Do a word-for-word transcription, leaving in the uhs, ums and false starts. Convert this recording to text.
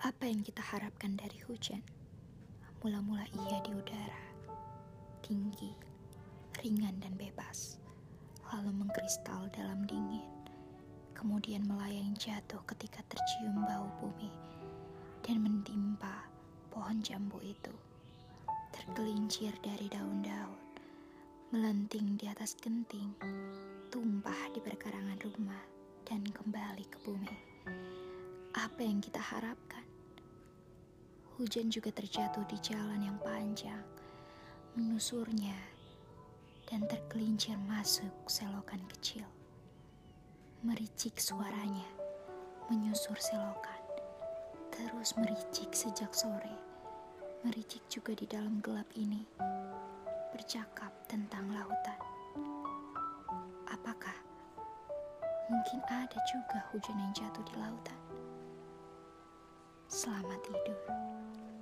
Apa yang kita harapkan dari hujan? Mula-mula ia di udara, tinggi, ringan dan bebas, lalu mengkristal dalam dingin, kemudian melayang jatuh ketika tercium bau bumi, dan menimpa pohon jambu itu, tergelincir dari daun-daun, melenting di atas genting, tumpah di perkarangan rumah, dan kembali ke bumi. Apa yang kita harapkan? Hujan juga terjatuh di jalan yang panjang, menusurnya, dan tergelincir masuk selokan kecil. Mericik suaranya, menyusur selokan, terus mericik sejak sore, mericik juga di dalam gelap ini, bercakap tentang lautan. Apakah mungkin ada juga hujan yang jatuh di lautan? Selamat tidur.